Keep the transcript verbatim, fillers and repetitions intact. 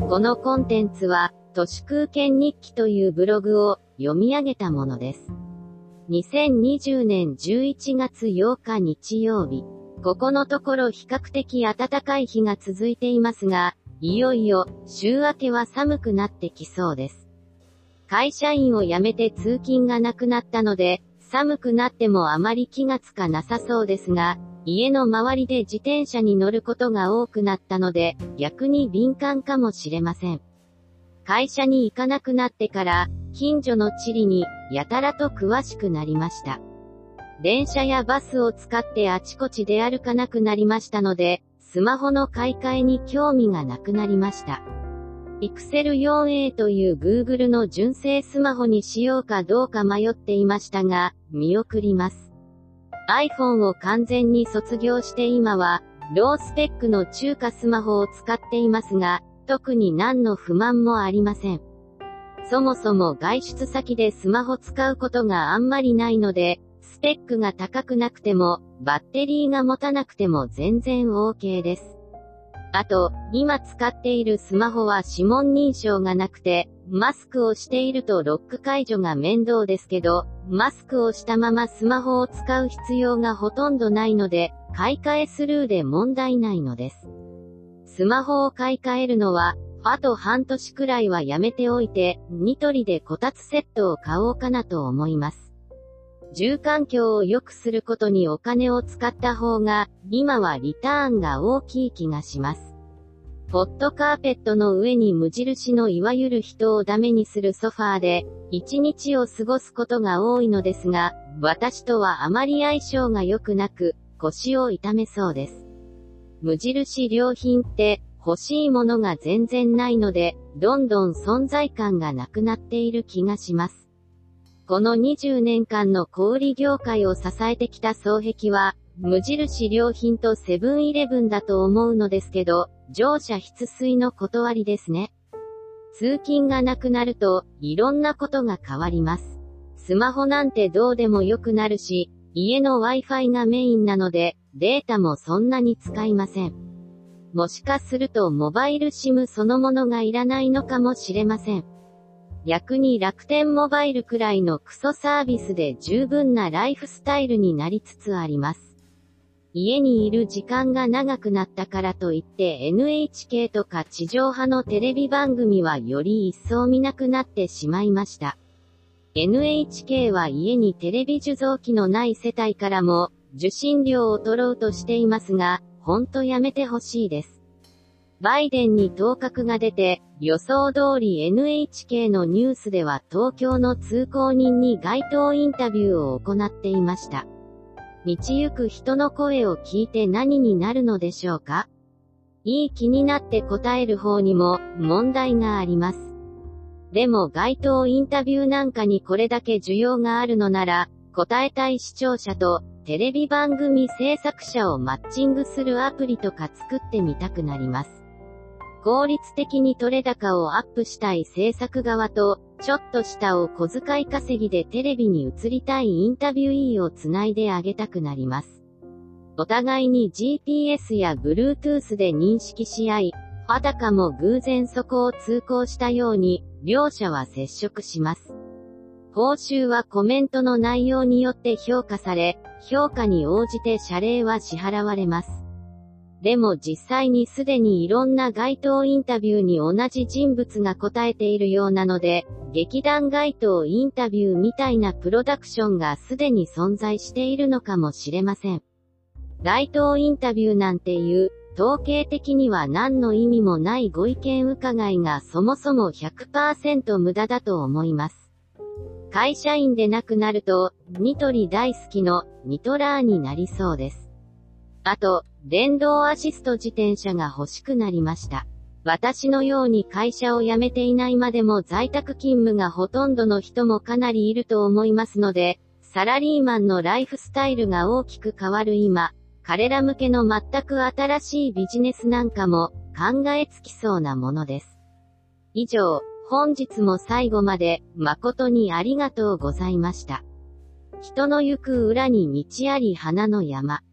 このコンテンツは、都市空間日記というブログを読み上げたものです。にせんにじゅうねんじゅういちがつようか日曜日。ここのところ比較的暖かい日が続いていますが、いよいよ週明けは寒くなってきそうです。会社員を辞めて通勤がなくなったので、寒くなってもあまり気がつかなさそうですが、家の周りで自転車に乗ることが多くなったので、逆に敏感かもしれません。会社に行かなくなってから、近所の地理にやたらと詳しくなりました。電車やバスを使ってあちこち出歩かなくなりましたので、スマホの買い替えに興味がなくなりました。ピクセルフォーエー という Google の純正スマホにしようかどうか迷っていましたが、見送ります。iPhone を完全に卒業して今は、ロースペックの中華スマホを使っていますが、特に何の不満もありません。そもそも外出先でスマホ使うことがあんまりないので、スペックが高くなくても、バッテリーが持たなくても全然 OK です。あと、今使っているスマホは指紋認証がなくて、マスクをしているとロック解除が面倒ですけど、マスクをしたままスマホを使う必要がほとんどないので、買い替えスルーで問題ないのです。スマホを買い替えるのは、あと半年くらいはやめておいて、ニトリでこたつセットを買おうかなと思います。住環境を良くすることにお金を使った方が、今はリターンが大きい気がします。ホットカーペットの上に無印のいわゆる人をダメにするソファーで、一日を過ごすことが多いのですが、私とはあまり相性が良くなく、腰を痛めそうです。無印良品って、欲しいものが全然ないので、どんどん存在感がなくなっている気がします。このにじゅうねんかんの小売業界を支えてきた双璧は、無印良品とセブンイレブンだと思うのですけど、乗車必須の断りですね。通勤がなくなると、いろんなことが変わります。スマホなんてどうでもよくなるし、家の Wi-Fi がメインなので、データもそんなに使いません。もしかするとモバイル SIM そのものがいらないのかもしれません。逆に楽天モバイルくらいのクソサービスで十分なライフスタイルになりつつあります。家にいる時間が長くなったからといって エヌエイチケー とか地上波のテレビ番組はより一層見なくなってしまいました。エヌエイチケー は家にテレビ受像機のない世帯からも受信料を取ろうとしていますが、ほんとやめてほしいです。バイデンに当確が出て、予想通り エヌエイチケー のニュースでは東京の通行人に街頭インタビューを行っていました。道行く人の声を聞いて何になるのでしょうか？いい気になって答える方にも問題があります。でも街頭インタビューなんかにこれだけ需要があるのなら、答えたい視聴者とテレビ番組制作者をマッチングするアプリとか作ってみたくなります。効率的に取れ高をアップしたい制作側と、ちょっとしたお小遣い稼ぎでテレビに映りたいインタビュイーをつないであげたくなります。お互いに ジーピーエス や Bluetooth で認識し合い、あたかも偶然そこを通行したように、両者は接触します。報酬はコメントの内容によって評価され、評価に応じて謝礼は支払われます。でも実際にすでにいろんな街頭インタビューに同じ人物が答えているようなので、劇団街頭インタビューみたいなプロダクションがすでに存在しているのかもしれません。街頭インタビューなんていう統計的には何の意味もないご意見伺いがそもそも ひゃくパーセント 無駄だと思います。会社員でなくなると、ニトリ大好きのニトラーになりそうです。あと、電動アシスト自転車が欲しくなりました。私のように会社を辞めていないまでも在宅勤務がほとんどの人もかなりいると思いますので、サラリーマンのライフスタイルが大きく変わる今、彼ら向けの全く新しいビジネスなんかも考えつきそうなものです。以上、本日も最後まで誠にありがとうございました。人の行く裏に道あり花の山。